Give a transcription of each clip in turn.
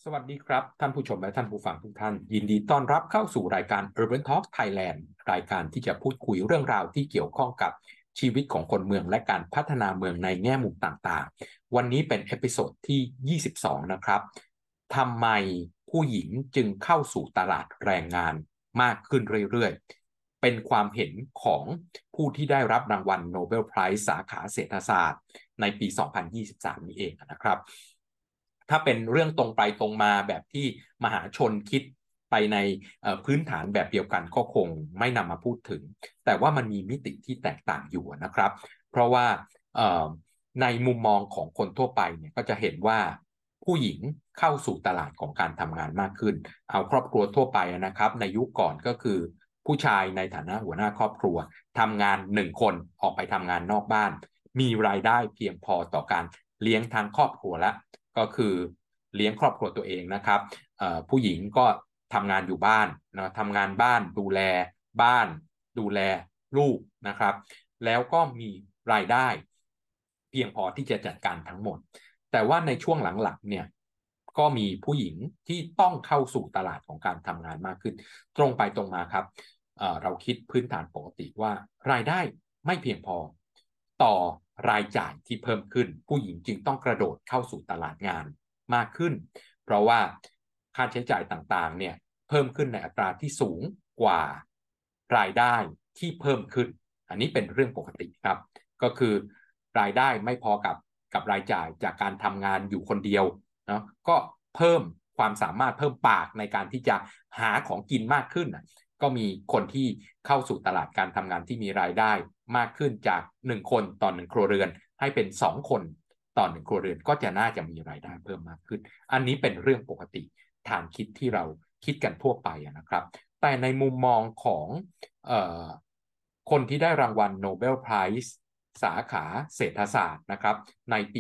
สวัสดีครับท่านผู้ชมและท่านผู้ฟังทุกท่านยินดีต้อนรับเข้าสู่รายการ Urban Talk Thailand รายการที่จะพูดคุยเรื่องราวที่เกี่ยวข้องกับชีวิตของคนเมืองและการพัฒนาเมืองในแง่มุมต่างๆวันนี้เป็นเอพิโซดที่22นะครับทำไมผู้หญิงจึงเข้าสู่ตลาดแรงงานมากขึ้นเรื่อยๆเป็นความเห็นของผู้ที่ได้รับรางวัลโนเบลไพรส์สาขาเศรษฐศาสตร์ในปี 2023 นี้เองนะครับ ถ้าเป็นเรื่องตรงไปตรงมาแบบที่มหาชนคิดไปในพื้นฐานแบบเดียวกันก็คงไม่นำมาพูดถึงแต่ว่ามันมีมิติที่แตกต่างอยู่นะครับเพราะว่าในมุมมองของคนทั่วไปเนี่ยก็จะเห็นว่าผู้หญิงเข้าสู่ตลาดของการทำงานมากขึ้นเอาครอบครัวทั่วไปนะครับในยุคก่อนก็คือผู้ชายในฐานะหัวหน้าครอบครัวทำงาน1 คนออกไปทำงานนอกบ้านมีรายได้เพียงพอต่อการเลี้ยงทางครอบครัวและก็คือเลี้ยงครอบครัวตัวเองนะครับผู้หญิงก็ทำงานอยู่บ้านนะทำงานบ้านดูแลบ้านดูแลลูกนะครับแล้วก็มีรายได้เพียงพอที่จะจัดการทั้งหมดแต่ว่าในช่วงหลังๆเนี่ยก็มีผู้หญิงที่ต้องเข้าสู่ตลาดของการทำงานมากขึ้นตรงไปตรงมาครับเราคิดพื้นฐานปกติว่ารายได้ไม่เพียงพอต่อรายจ่ายที่เพิ่มขึ้นผู้หญิงจึงต้องกระโดดเข้าสู่ตลาดงานมากขึ้นเพราะว่าค่าใช้จ่ายต่างๆเนี่ยเพิ่มขึ้นในอัตราที่สูงกว่ารายได้ที่เพิ่มขึ้นอันนี้เป็นเรื่องปกติครับก็คือรายได้ไม่พอกับรายจ่ายจากการทำงานอยู่คนเดียวเนาะก็เพิ่มความสามารถเพิ่มปากในการที่จะหาของกินมากขึ้นก็มีคนที่เข้าสู่ตลาดการทำงานที่มีรายได้มากขึ้นจาก1 คนต่อ1ครัวเรือนให้เป็น2 คนต่อ1ครัวเรือนก็จะน่าจะมีรายได้เพิ่มมากขึ้นอันนี้เป็นเรื่องปกติฐานคิดที่เราคิดกันทั่วไปนะครับแต่ในมุมมองของเอ่อคนที่ได้รางวัลโนเบลไพรส์สาขาเศรษฐศาสตร์นะครับในปี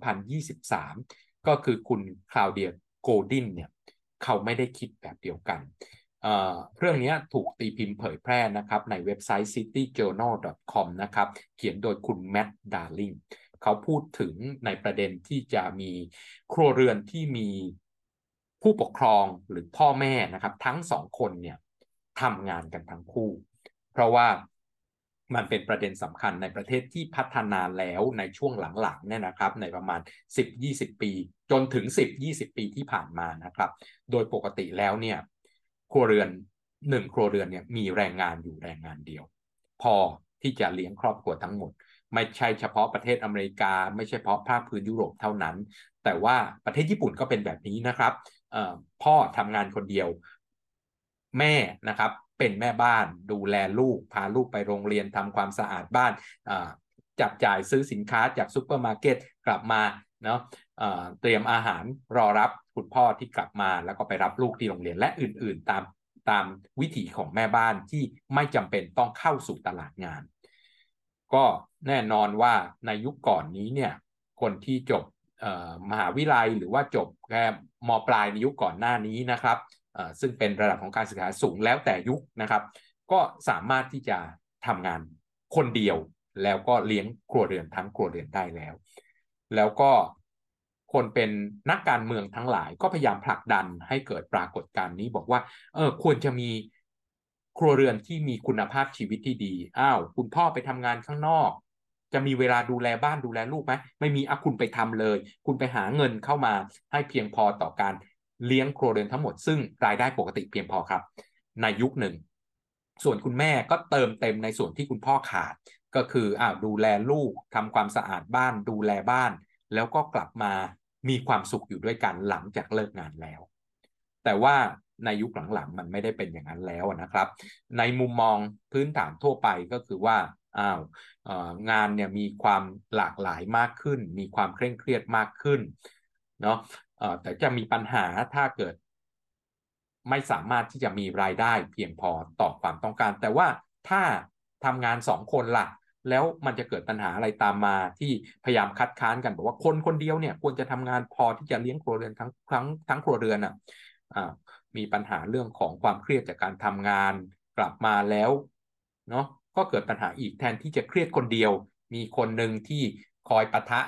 2023 ก็คือคุณคลาวเดียโกลดินเนี่ยเขาไม่ได้คิดแบบเดียวกันเรื่องนี้ถูกตีพิมพ์เผยแพร่นะครับในเว็บไซต์ cityjournal.com นะครับเขียนโดยคุณแมตต์ดาร์ลิงเขาพูดถึงในประเด็นที่จะมีครัวเรือนที่มีผู้ปกครองหรือพ่อแม่นะครับทั้ง2 คนเนี่ยทำงานกันทั้งคู่เพราะว่ามันเป็นประเด็นสำคัญในประเทศที่พัฒนาแล้วในช่วงหลังๆเนี่ยนะครับในประมาณ10-20 ปีจนถึง10-20 ปีที่ผ่านมานะครับโดยปกติแล้วเนี่ยครัวเรือน1 ครัวเรือนเนี่ยมีแรงงานอยู่แรงงานเดียวพอที่จะเลี้ยงครอบครัวทั้งหมดไม่ใช่เฉพาะประเทศอเมริกาไม่ใช่เฉพาะภาคพื้นยุโรปเท่านั้นแต่ว่าประเทศญี่ปุ่นก็เป็นแบบนี้นะครับพ่อทำงานคนเดียวแม่นะครับเป็นแม่บ้านดูแลลูกพาลูกไปโรงเรียนทำความสะอาดบ้านจับจ่ายซื้อสินค้าจากซูเปอร์มาร์เก็ตกลับมาเนาะเตรียมอาหารรอรับคุณพ่อที่กลับมาแล้วก็ไปรับลูกที่โรงเรียนและอื่นๆตามวิถีของแม่บ้านที่ไม่จำเป็นต้องเข้าสู่ตลาดงานก็แน่นอนว่าในยุคก่อนนี้เนี่ยคนที่จบมหาวิทยาลัยหรือว่าจบแค่มปลายในยุคก่อนหน้านี้นะครับซึ่งเป็นระดับของการศึกษาสูงแล้วแต่ยุคนะครับก็สามารถที่จะทำงานคนเดียวแล้วก็เลี้ยงครัวเรือนทั้งครัวเรือนได้แล้วก็คนเป็นนักการเมืองทั้งหลายก็พยายามผลักดันให้เกิดปรากฏการณ์นี้บอกว่าควรจะมีครัวเรือนที่มีคุณภาพชีวิตที่ดีคุณพ่อไปทำงานข้างนอกจะมีเวลาดูแลบ้านดูแลลูกไหมไม่มีคุณไปทำเลยคุณไปหาเงินเข้ามาให้เพียงพอต่อการเลี้ยงครัวเรือนทั้งหมดซึ่งรายได้ปกติเพียงพอครับในยุคหนึ่งส่วนคุณแม่ก็เติมเต็มในส่วนที่คุณพ่อขาดก็คือดูแลลูกทำความสะอาดบ้านดูแลบ้านแล้วก็กลับมามีความสุขอยู่ด้วยกันหลังจากเลิกงานแล้วแต่ว่าในยุคหลังๆมันไม่ได้เป็นอย่างนั้นแล้วนะครับในมุมมองพื้นฐานทั่วไปก็คือว่าอ้าวงานเนี่ยมีความหลากหลายมากขึ้นมีความเคร่งเครียดมากขึ้นเนาะแต่จะมีปัญหาถ้าเกิดไม่สามารถที่จะมีรายได้เพียงพอต่อความต้องการแต่ว่าถ้าทำงาน2 คนล่ะแล้วมันจะเกิดปัญหาอะไรตามมาที่พยายามคัดค้านกันบอกว่าคนคนเดียวเนี่ยควรจะทำงานพอที่จะเลี้ยงครัวเรือนทั้งครัวเรือนมีปัญหาเรื่องของความเครียดจากการทำงานกลับมาแล้วเนาะก็เกิดปัญหาอีกแทนที่จะเครียดคนเดียวมีคนหนึ่งที่คอยปะทะ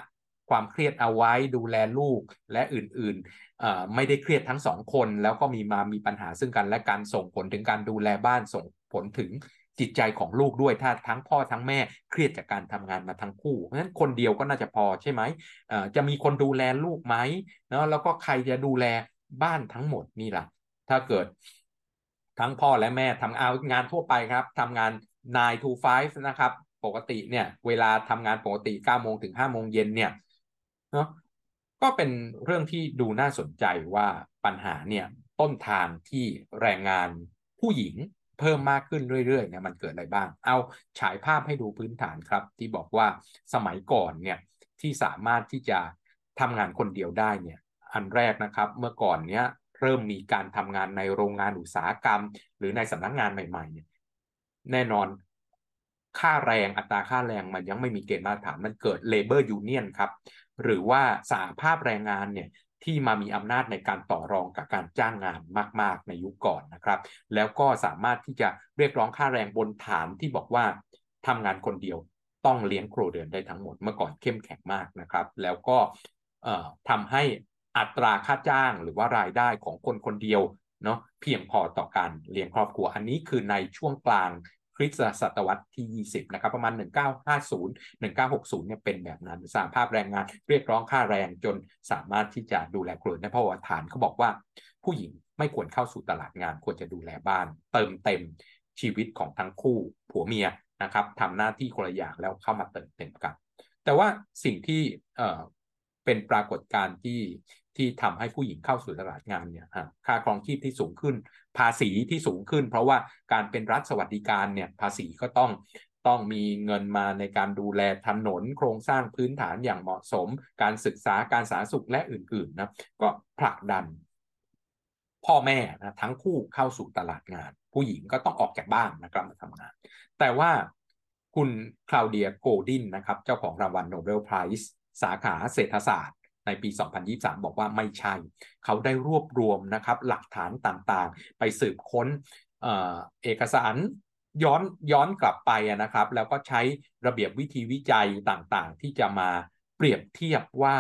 ความเครียดเอาไว้ดูแลลูกและอื่นๆไม่ได้เครียดทั้งสองคนแล้วก็มีปัญหาซึ่งกันและกันส่งผลถึงการดูแลบ้านส่งผลถึงจิตใจของลูกด้วยถ้าทั้งพ่อทั้งแม่เครียดจากการทำงานมาทั้งคู่เพราะฉะนั้นคนเดียวก็น่าจะพอใช่ไหมจะมีคนดูแลลูกไหมเนาะแล้วก็ใครจะดูแลบ้านทั้งหมดนี่ล่ะถ้าเกิดทั้งพ่อและแม่ทำเอางานทั่วไปครับทำงาน9 to 5นะครับปกติเนี่ยเวลาทำงานปกติ9 โมงถึง5 โมงเย็นเนี่ยเนาะก็เป็นเรื่องที่ดูน่าสนใจว่าปัญหาเนี่ยต้นทางที่แรงงานผู้หญิงเพิ่มมากขึ้นเรื่อยๆเนี่ยมันเกิดอะไรบ้างเอาฉายภาพให้ดูพื้นฐานครับที่บอกว่าสมัยก่อนเนี่ยที่สามารถที่จะทำงานคนเดียวได้เนี่ยอันแรกนะครับเมื่อก่อนเนี้ยเริ่มมีการทำงานในโรงงานอุตสาหกรรมหรือในสำนักงานใหม่ๆเนี่ยแน่นอนค่าแรงอัตราค่าแรงมันยังไม่มีเกณฑ์มาตรฐานมันเกิด labor union ครับหรือว่าสหภาพแรงงานเนี่ยที่มามีอำนาจในการต่อรองกับการจ้างงานมากๆในยุคก่อนนะครับแล้วก็สามารถที่จะเรียกร้องค่าแรงบนฐานที่บอกว่าทำงานคนเดียวต้องเลี้ยงครัวเรือนได้ทั้งหมดเมื่อก่อนเข้มแข็งมากนะครับแล้วก็ทำให้อัตราค่าจ้างหรือว่ารายได้ของคนคนเดียวเนาะเพียงพอต่อการเลี้ยงครอบครัวอันนี้คือในช่วงกลางคริสตศตวรรษที่20นะครับประมาณ1950 1960เนี่ยเป็นแบบนั้นสหภาพแรงงานเรียกร้องค่าแรงจนสามารถที่จะดูแลครัวได้เพราะว่าฐานเขาบอกว่าผู้หญิงไม่ควรเข้าสู่ตลาดงานควรจะดูแลบ้านเติมเต็มชีวิตของทั้งคู่ผัวเมียนะครับทำหน้าที่คนละอย่างแล้วเข้ามาเติมเต็มกันแต่ว่าสิ่งที่เป็นปรากฏการณ์ที่ทำให้ผู้หญิงเข้าสู่ตลาดงานเนี่ยค่าครองชีพที่สูงขึ้นภาษีที่สูงขึ้นเพราะว่าการเป็นรัฐสวัสดิการเนี่ยภาษีก็ต้องมีเงินมาในการดูแลถนนโครงสร้างพื้นฐานอย่างเหมาะสมการศึกษาการสาธารณสุขและอื่นๆนะก็ผลักดันพ่อแม่นะทั้งคู่เข้าสู่ตลาดงานผู้หญิงก็ต้องออกจากบ้านนะครับมาทำงานแต่ว่าคุณคลาวเดียโกลดินนะครับเจ้าของรางวัลโนเบลไพรส์สาขาเศรษฐศาสตร์ในปี 2023 บอกว่าไม่ใช่เขาได้รวบรวมนะครับหลักฐานต่างๆไปสืบค้นเอกสารย้อนกลับไปนะครับแล้วก็ใช้ระเบียบวิธีวิจัยต่างๆที่จะมาเปรียบเทียบว่า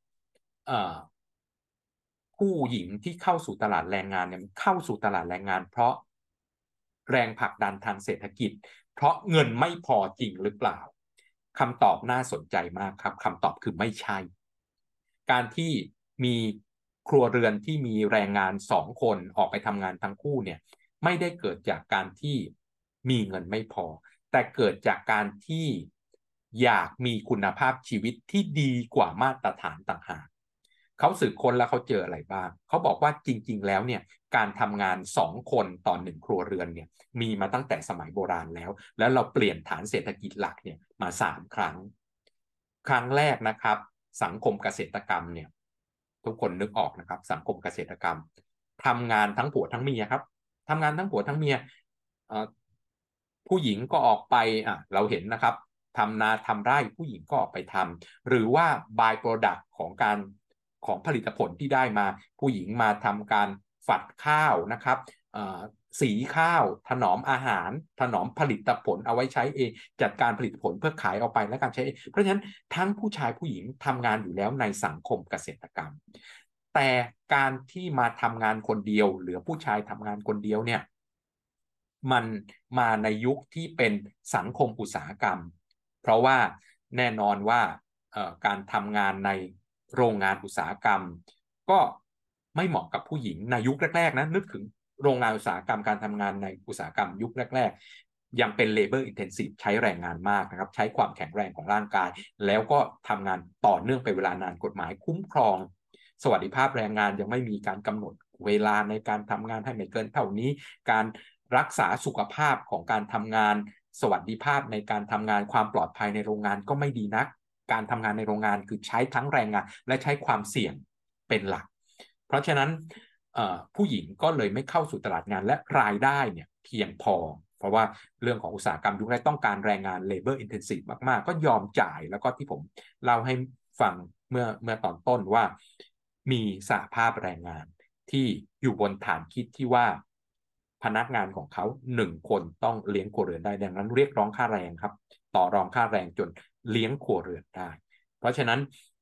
ผู้หญิงที่เข้าสู่ตลาดแรงงานเนี่ยเข้าสู่ตลาดแรงงานเพราะแรงผลักดันทางเศรษฐกิจเพราะเงินไม่พอจริงหรือเปล่าคำตอบน่าสนใจมากครับคำตอบคือไม่ใช่การที่มีครัวเรือนที่มีแรงงาน2 คนออกไปทำงานทั้งคู่เนี่ยไม่ได้เกิดจากการที่มีเงินไม่พอแต่เกิดจากการที่อยากมีคุณภาพชีวิตที่ดีกว่ามาตรฐานต่างหากเขาสืบค้นแล้วเขาเจออะไรบ้างเขาบอกว่าจริงๆแล้วเนี่ยการทำงาน2 คนต่อ1 ครัวเรือนเนี่ยมีมาตั้งแต่สมัยโบราณแล้วเราเปลี่ยนฐานเศรษฐกิจหลักเนี่ยมา3 ครั้งครั้งแรกนะครับสังคมเกษตรกรรมเนี่ยทุกคนนึกออกนะครับสังคมเกษตรกรรมทำงานทั้งผัวทั้งเมียครับทำงานทั้งผัวทั้งเมียผู้หญิงก็ออกไปเราเห็นนะครับทำนาทำไร่ผู้หญิงก็ออกไปทำหรือว่า by product ของผลิตผลที่ได้มาผู้หญิงมาทำการฝัดข้าวนะครับสีข้าวถนอมอาหารถนอมผลิตผลเอาไว้ใช้เองจัดการผลิตผลเพื่อขายออกไปและการใช้เองเพราะฉะนั้นทั้งผู้ชายผู้หญิงทำงานอยู่แล้วในสังคมเกษตรกรรมแต่การที่มาทำงานคนเดียวหรือผู้ชายทำงานคนเดียวเนี่ยมันมาในยุคที่เป็นสังคมอุตสาหกรรมเพราะว่าแน่นอนว่าการทำงานในโรงงานอุตสาหกรรมก็ไม่เหมาะกับผู้หญิงในยุคแรกๆนะนึกถึงโรงงานอุตสาหกรรมการทำงานในอุตสาหกรรมยุคแรกๆยังเป็น labor intensive ใช้แรงงานมากนะครับใช้ความแข็งแรงของร่างกายแล้วก็ทำงานต่อเนื่องไปเวลานานกฎหมายคุ้มครองสวัสดิภาพแรงงานยังไม่มีการกำหนดเวลาในการทำงานให้ไม่เกินเท่านี้การรักษาสุขภาพของการทำงานสวัสดิภาพในการทำงานความปลอดภัยในโรงงานก็ไม่ดีนักการทำงานในโรงงานคือใช้ทั้งแรงงานและใช้ความเสี่ยงเป็นหลักเพราะฉะนั้นผู้หญิงก็เลยไม่เข้าสู่ตลาดงานและรายได้เนี่ยเพียงพอเพราะว่าเรื่องของอุตสาหกรรมยุคแรกต้องการแรงงาน labor intensive มากๆก็ยอมจ่ายแล้วก็ที่ผมเล่าให้ฟังเมื่อตอนต้นว่ามีสหภาพแรงงานที่อยู่บนฐานคิดที่ว่าพนักงานของเขา1 คนต้องเลี้ยงครัวเรือนได้ดังนั้นเรียกร้องค่าแรงครับต่อรองค่าแรงจนเลี้ยงครัวเรือนได้เพราะฉะนั้น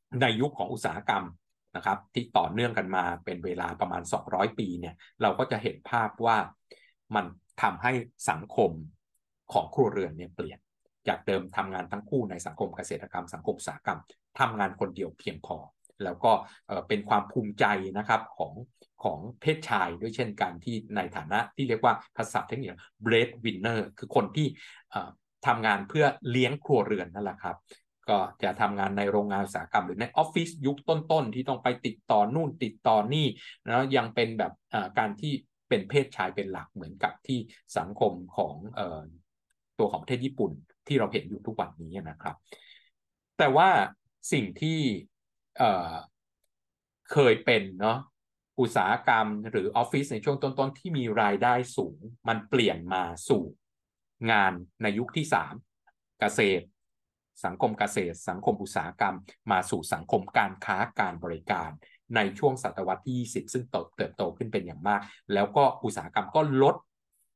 ในยุคของอุตสาหกรรมนะครับที่ต่อเนื่องกันมาเป็นเวลาประมาณ200ปีเนี่ยเราก็จะเห็นภาพว่ามันทำให้สังคมของครัวเรือนเนี่ยเปลี่ยนจากเดิมทำงานทั้งคู่ในสังคมเกษตรกรรมสังคมอุตสาหกรรมทำงานคนเดียวเพียงพอแล้วก็เป็นความภูมิใจนะครับของเพศชายด้วยเช่นกันที่ในฐานะที่เรียกว่าภาษาเทคนิค bread winner คือคนที่ทำงานเพื่อเลี้ยงครัวเรือนนั่นแหละครับก็จะทำงานในโรงงานอุตสาหกรรมหรือในออฟฟิศยุคต้นๆที่ต้องไปติดต่อนู่นติดต่อนี่แล้วยังเป็นแบบการที่เป็นเพศชายเป็นหลักเหมือนกับที่สังคมของตัวของประเทศญี่ปุ่นที่เราเห็นอยู่ทุกวันนี้นะครับแต่ว่าสิ่งที่เคยเป็นเนาะอุตสาหกรรมหรือออฟฟิศในช่วงต้นๆที่มีรายได้สูงมันเปลี่ยนมาสู่งานในยุคที่3เกษตรสังคมเกษตรสังคมอุตสาหกรรมมาสู่สังคมการค้าการบริการในช่วงศตวรรษที่20ซึ่งเติบโตขึ้นเป็นอย่างมากแล้วก็อุตสาหกรรมก็ลด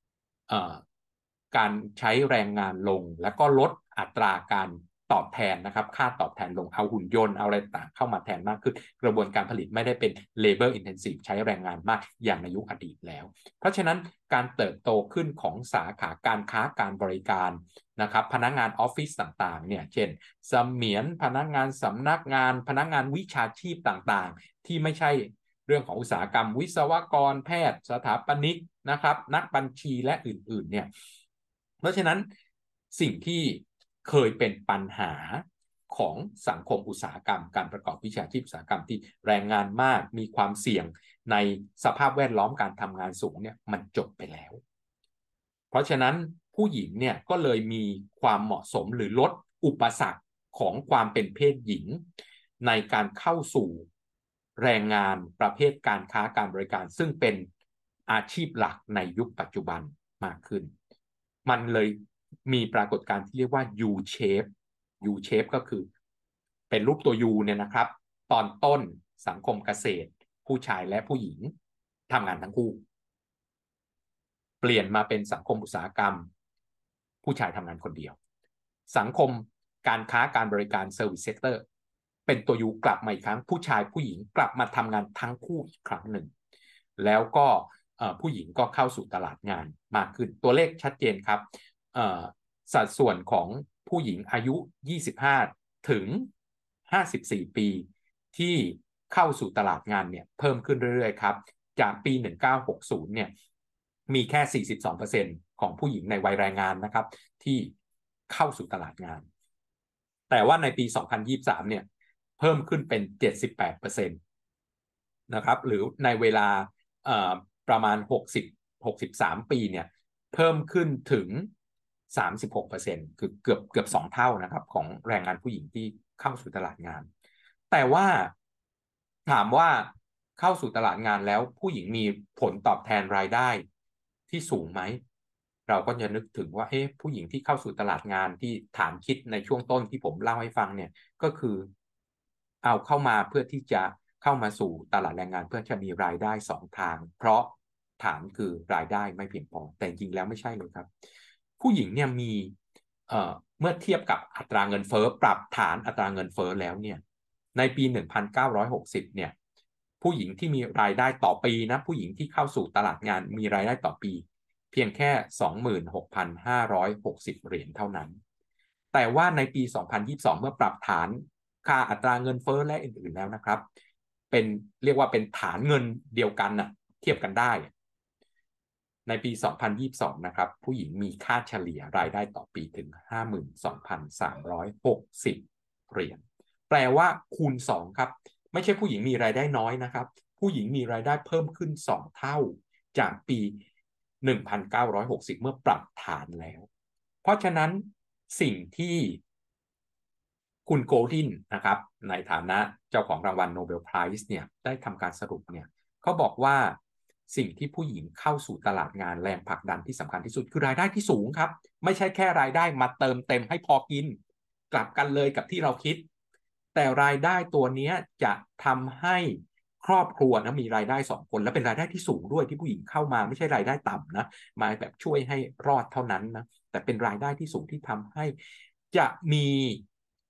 การใช้แรงงานลงแล้วก็ลดอัตราการตอบแทนนะครับค่าตอบแทนลงเอาหุ่นยนต์เอาอะไรต่างเข้ามาแทนมากขึ้นกระบวนการผลิตไม่ได้เป็น labor intensive ใช้แรงงานมากอย่างในยุคอดีตแล้วเพราะฉะนั้นการเติบโตขึ้นของสาขาการค้าการบริการนะครับพนักงานออฟฟิศต่างๆเนี่ยเช่นเสมียนพนักงานสำนักงานพนักงานวิชาชีพต่างๆที่ไม่ใช่เรื่องของอุตสาหกรรมวิศวกรแพทย์สถาปนิกนะครับนักบัญชีและอื่นๆเนี่ยเพราะฉะนั้นสิ่งที่เคยเป็นปัญหาของสังคมอุตสาหกรรมการประกอบวิชาชีพอุตสาหกรรมที่แรงงานมากมีความเสี่ยงในสภาพแวดล้อมการทำงานสูงเนี่ยมันจบไปแล้วเพราะฉะนั้นผู้หญิงเนี่ยก็เลยมีความเหมาะสมหรือลดอุปสรรคของความเป็นเพศหญิงในการเข้าสู่แรงงานประเภทการค้าการบริการซึ่งเป็นอาชีพหลักในยุคปัจจุบันมากขึ้นมันเลยมีปรากฏการณ์ที่เรียกว่า U shape U shape ก็คือเป็นรูปตัว U เนี่ยนะครับตอนต้นสังคมเกษตรผู้ชายและผู้หญิงทำงานทั้งคู่เปลี่ยนมาเป็นสังคมอุตสาหกรรมผู้ชายทำงานคนเดียวสังคมการค้าการบริการ Service Sector เป็นตัว U กลับมาอีกครั้งผู้ชายผู้หญิงกลับมาทำงานทั้งคู่อีกครั้งหนึ่งแล้วก็ผู้หญิงก็เข้าสู่ตลาดงานมากขึ้นตัวเลขชัดเจนครับสัดส่วนของผู้หญิงอายุ25ถึง54ปีที่เข้าสู่ตลาดงานเนี่ยเพิ่มขึ้นเรื่อยๆครับจากปี1960เนี่ยมีแค่42%ของผู้หญิงในวัยแรงงานนะครับที่เข้าสู่ตลาดงานแต่ว่าในปี2023เนี่ยเพิ่มขึ้นเป็น78%นะครับหรือในเวลาประมาณ63ปีเนี่ยเพิ่มขึ้นถึง36%คือเกือบ2เท่านะครับของแรงงานผู้หญิงที่เข้าสู่ตลาดงานแต่ว่าถามว่าเข้าสู่ตลาดงานแล้วผู้หญิงมีผลตอบแทนรายได้ที่สูงไหมเราก็จะนึกถึงว่าผู้หญิงที่เข้าสู่ตลาดงานที่ฐานคิดในช่วงต้นที่ผมเล่าให้ฟังเนี่ยก็คือเอาเข้ามาเพื่อที่จะเข้ามาสู่ตลาดแรงงานเพื่อจะมีรายได้2ทางเพราะฐานคือรายได้ไม่เพียงพอแต่จริงแล้วไม่ใช่เลยครับผู้หญิงเนี่ยมีเมื่อเทียบกับอัตราเงินเฟ้อปรับฐานอัตราเงินเฟ้อแล้วเนี่ยในปี1960เนี่ยผู้หญิงที่มีรายได้ต่อปีนะผู้หญิงที่เข้าสู่ตลาดงานมีรายได้ต่อปีเพียงแค่ 26,560 เหรียญเท่านั้นแต่ว่าในปี2022เมื่อปรับฐานค่าอัตราเงินเฟ้อและอื่นๆแล้วนะครับเป็นเรียกว่าเป็นฐานเงินเดียวกันนะเทียบกันได้ในปี2022นะครับผู้หญิงมีค่าเฉลี่ยรายได้ต่อปีถึง 52,360 เหรียญแปลว่าคูณ2ครับไม่ใช่ผู้หญิงมีรายได้น้อยนะครับผู้หญิงมีรายได้เพิ่มขึ้น2เท่าจากปี1960เมื่อปรับฐานแล้วเพราะฉะนั้นสิ่งที่คุณโกลดินนะครับในฐานะเจ้าของรางวัลโนเบลไพรส์เนี่ยได้ทำการสรุปเนี่ยเขาบอกว่าสิ่งที่ผู้หญิงเข้าสู่ตลาดงานแรงผลักดันที่สำคัญที่สุดคือรายได้ที่สูงครับไม่ใช่แค่รายได้มาเติมเต็มให้พอกินกลับกันเลยกับที่เราคิดแต่รายได้ตัวนี้จะทำให้ครอบครัวนะมีรายได้2 คนและเป็นรายได้ที่สูงด้วยที่ผู้หญิงเข้ามาไม่ใช่รายได้ต่ำนะมาแบบช่วยให้รอดเท่านั้นนะแต่เป็นรายได้ที่สูงที่ทำให้จะมี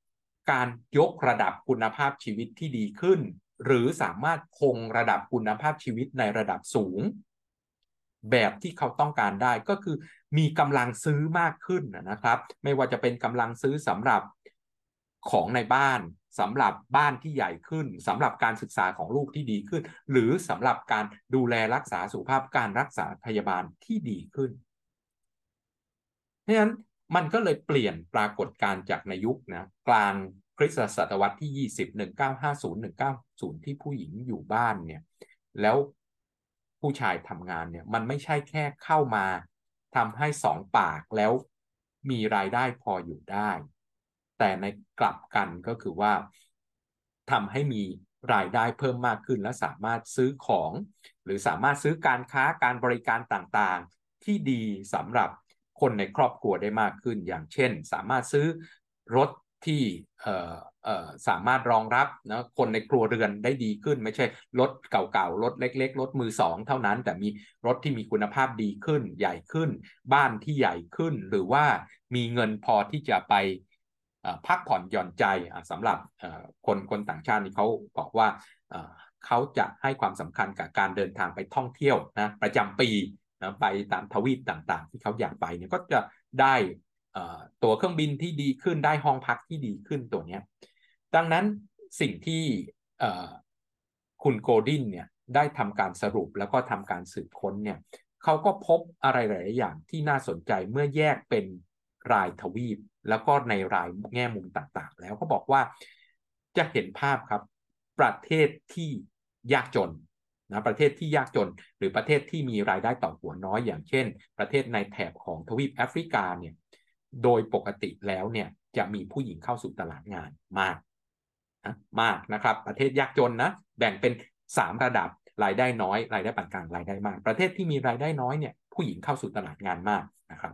การยกระดับคุณภาพชีวิตที่ดีขึ้นหรือสามารถคงระดับคุณภาพชีวิตในระดับสูงแบบที่เขาต้องการได้ก็คือมีกำลังซื้อมากขึ้นนะครับไม่ว่าจะเป็นกำลังซื้อสำหรับของในบ้านสำหรับบ้านที่ใหญ่ขึ้นสำหรับการศึกษาของลูกที่ดีขึ้นหรือสำหรับการดูแลรักษาสุขภาพการรักษาพยาบาลที่ดีขึ้นเพราะฉะนั้นมันก็เลยเปลี่ยนปรากฏการณ์จากในยุคนะกลางคริสตศตวรรษที่20 1950 1950ที่ผู้หญิงอยู่บ้านเนี่ยแล้วผู้ชายทำงานเนี่ยมันไม่ใช่แค่เข้ามาทำให้สองปากแล้วมีรายได้พออยู่ได้แต่ในกลับกันก็คือว่าทำให้มีรายได้เพิ่มมากขึ้นและสามารถซื้อของหรือสามารถซื้อการค้าการบริการต่างๆที่ดีสำหรับคนในครอบครัวได้มากขึ้นอย่างเช่นสามารถซื้อรถที่สามารถรองรับนะคนในครัวเรือนได้ดีขึ้นไม่ใช่รถเก่าๆรถเล็กๆรถมือสองเท่านั้นแต่มีรถที่มีคุณภาพดีขึ้นใหญ่ขึ้นบ้านที่ใหญ่ขึ้นหรือว่ามีเงินพอที่จะไปพักผ่อนหย่อนใจสำหรับคนต่างชาตินี่เขาบอกว่าเขาจะให้ความสำคัญกับการเดินทางไปท่องเที่ยวนะประจำปีนะไปตามทวีปต่างๆที่เขาอยากไปเนี่ยก็จะได้ตั๋วเครื่องบินที่ดีขึ้นได้ห้องพักที่ดีขึ้นตัวนี้ดังนั้นสิ่งที่คุณโกดินเนี่ยได้ทำการสรุปแล้วก็ทำการสืบค้นเนี่ยเขาก็พบอะไรหลายอย่างที่น่าสนใจเมื่อแยกเป็นรายทวีปแล้วก็ในรายแง่มุมต่างๆแล้วเขาบอกว่าจะเห็นภาพครับประเทศที่ยากจนนะประเทศที่ยากจนหรือประเทศที่มีรายได้ต่อหัวน้อยอย่างเช่นประเทศในแถบของทวีปแอฟริกาเนี่ยโดยปกติแล้วเนี่ยจะมีผู้หญิงเข้าสู่ตลาดงานมากนะมากนะครับประเทศยากจนนะแบ่งเป็น3ระดับรายได้น้อยรายได้ปานกลางรายได้มากประเทศที่มีรายได้น้อยเนี่ยผู้หญิงเข้าสู่ตลาดงานมากนะครับ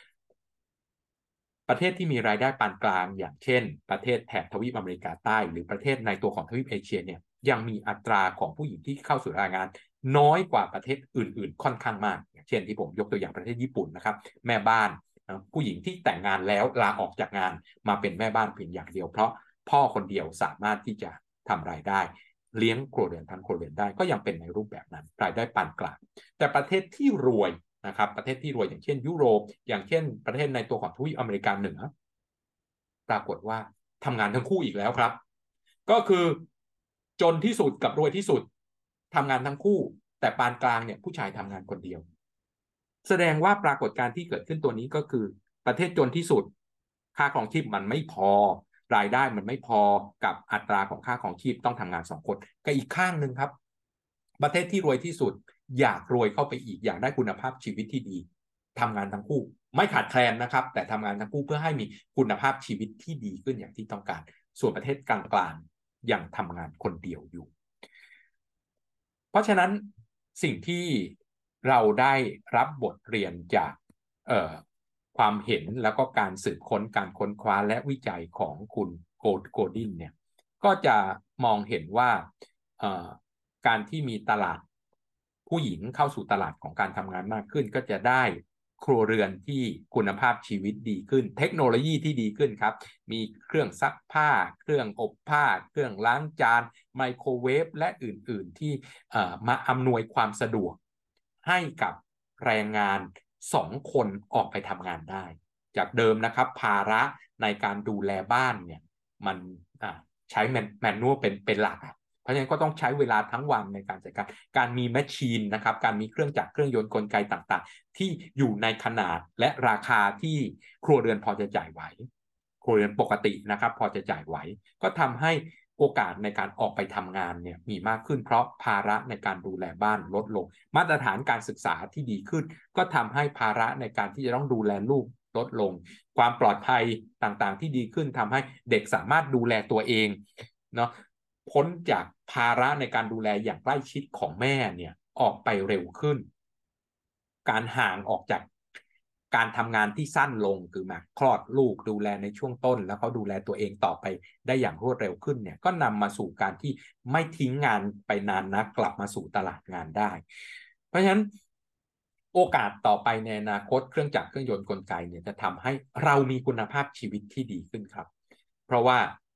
ประเทศที่มีรายได้ปานกลางอย่างเช่นประเทศแถบทวีปอเมริกาใต้หรือประเทศในตัวของทวีปเอเชียเนี่ยยังมีอัตราของผู้หญิงที่เข้าสู่ตลาดงานน้อยกว่าประเทศอื่นๆค่อนข้างมากอย่างเช่นที่ผมยกตัวอย่างประเทศญี่ปุ่นนะครับแม่บ้านผู้หญิงที่แต่งงานแล้วลาออกจากงานมาเป็นแม่บ้านเพียงอย่างเดียวเพราะพ่อคนเดียวสามารถที่จะทำรายได้เลี้ยงครัวเรือนทั้งครัวเรือนได้ก็ยังเป็นในรูปแบบนั้นรายได้ปานกลางแต่ประเทศที่รวยนะครับประเทศที่รวยอย่างเช่นยุโรปอย่างเช่นประเทศในตัวของทวีปอเมริกาเหนือปรากฏว่าทำงานทั้งคู่อีกแล้วครับก็คือจนที่สุดกับรวยที่สุดทำงานทั้งคู่แต่ปานกลางเนี่ยผู้ชายทำงานคนเดียวแสดงว่าปรากฏการณ์ที่เกิดขึ้นตัวนี้ก็คือประเทศจนที่สุดค่าครองชีพมันไม่พอรายได้มันไม่พอกับอัตราของค่าครองชีพต้องทำงาน2 คนกับอีกข้างหนึ่งครับประเทศที่รวยที่สุดอยากรวยเข้าไปอีกอยากได้คุณภาพชีวิตที่ดีทำงานทั้งคู่ไม่ขาดแคลนนะครับแต่ทำงานทั้งคู่เพื่อให้มีคุณภาพชีวิตที่ดีขึ้นอย่างที่ต้องการส่วนประเทศกลางๆยังทำงานคนเดียวอยู่เพราะฉะนั้นสิ่งที่เราได้รับบทเรียนจากความเห็นแล้วก็การสืบค้นการค้นคว้าและวิจัยของคุณโกดินเนี่ยก็จะมองเห็นว่าการที่มีตลาดผู้หญิงเข้าสู่ตลาดของการทำงานมากขึ้นก็จะได้ครัวเรือนที่คุณภาพชีวิตดีขึ้นเทคโนโลยีที่ดีขึ้นครับมีเครื่องซักผ้าเครื่องอบผ้าเครื่องล้างจานไมโครเวฟและอื่นๆที่มาอำนวยความสะดวกให้กับแรงงาน2 คนออกไปทำงานได้จากเดิมนะครับภาระในการดูแลบ้านเนี่ยมันใช้แมนนวลเป็นหลักเพราะฉะนั้นก็ต้องใช้เวลาทั้งวันในการจัดการมีแมชชีนนะครับการมีเครื่องจักรเครื่องยนต์กลไกต่างๆที่อยู่ในขนาดและราคาที่ครัวเรือนพอจะจ่ายไหวครัวเรือนปกตินะครับพอจะจ่ายไหวก็ทำให้โอกาสในการออกไปทำงานเนี่ยมีมากขึ้นเพราะภาระในการดูแลบ้านลดลงมาตรฐานการศึกษาที่ดีขึ้นก็ทำให้ภาระในการที่จะต้องดูแลลูกลดลงความปลอดภัยต่างๆที่ดีขึ้นทำให้เด็กสามารถดูแลตัวเองเนาะพ้นจากภาระในการดูแลอย่างใกล้ชิดของแม่เนี่ยออกไปเร็วขึ้นการห่างออกจากการทำงานที่สั้นลงคือมาคลอดลูกดูแลในช่วงต้นแล้วเขาดูแลตัวเองต่อไปได้อย่างรวดเร็วขึ้นเนี่ยก็นำมาสู่การที่ไม่ทิ้งงานไปนานนักกลับมาสู่ตลาดงานได้เพราะฉะนั้นโอกาสต่อไปในอนาคตเครื่องจักรเครื่องยนต์กลไกเนี่ยจะทำให้เรามีคุณภาพชีวิตที่ดีขึ้นครับเพราะว่า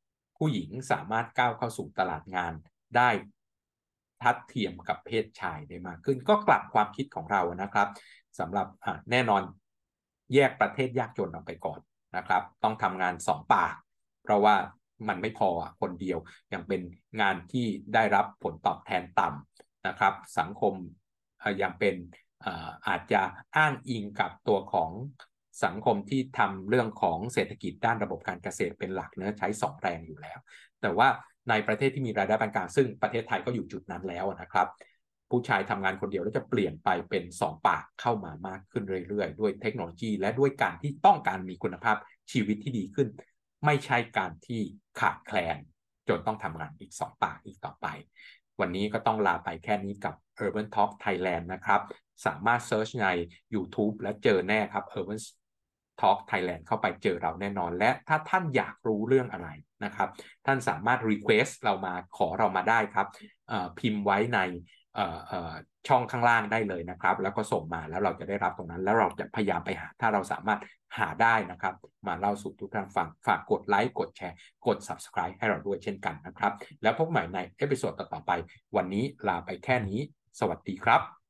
ผู้หญิงสามารถก้าวเข้าสู่ตลาดงานได้ทัดเทียมกับเพศชายได้มากขึ้นก็กลับความคิดของเรานะครับสำหรับแน่นอนแยกประเทศยากจนออกไปก่อนนะครับต้องทำงานสองปากเพราะว่ามันไม่พอคนเดียวยังเป็นงานที่ได้รับผลตอบแทนต่ำนะครับสังคมยังเป็นอาจจะอ้างอิงกับตัวของสังคมที่ทำเรื่องของเศรษฐกิจด้านระบบการเกษตรเป็นหลักเนื้อใช้สองแรงอยู่แล้วแต่ว่าในประเทศที่มีรายได้ปานกลางซึ่งประเทศไทยก็อยู่จุดนั้นแล้วนะครับผู้ชายทำงานคนเดียวแล้วจะเปลี่ยนไปเป็นสองปากเข้ามามากขึ้นเรื่อยๆด้วยเทคโนโลยีและด้วยการที่ต้องการมีคุณภาพชีวิตที่ดีขึ้นไม่ใช่การที่ขาดแคลนจนต้องทำงานอีกสองปากอีกต่อไปวันนี้ก็ต้องลาไปแค่นี้กับ Urban Talk Thailand นะครับสามารถเซิร์ชใน YouTube และเจอแน่ครับ Urban Talk Thailand เข้าไปเจอเราแน่นอนและถ้าท่านอยากรู้เรื่องอะไรนะครับท่านสามารถ request เรามาขอเรามาได้ครับพิมพ์ไว้ในช่องข้างล่างได้เลยนะครับแล้วก็ส่งมาแล้วเราจะได้รับตรงนั้นแล้วเราจะพยายามไปหาถ้าเราสามารถหาได้นะครับมาเล่าสู่ทุกท่านฟังฝากกดไลค์กดแชร์กด subscribe ให้เราด้วยเช่นกันนะครับแล้วพบใหม่ในเอพิโซดต่อไปวันนี้ลาไปแค่นี้สวัสดีครับ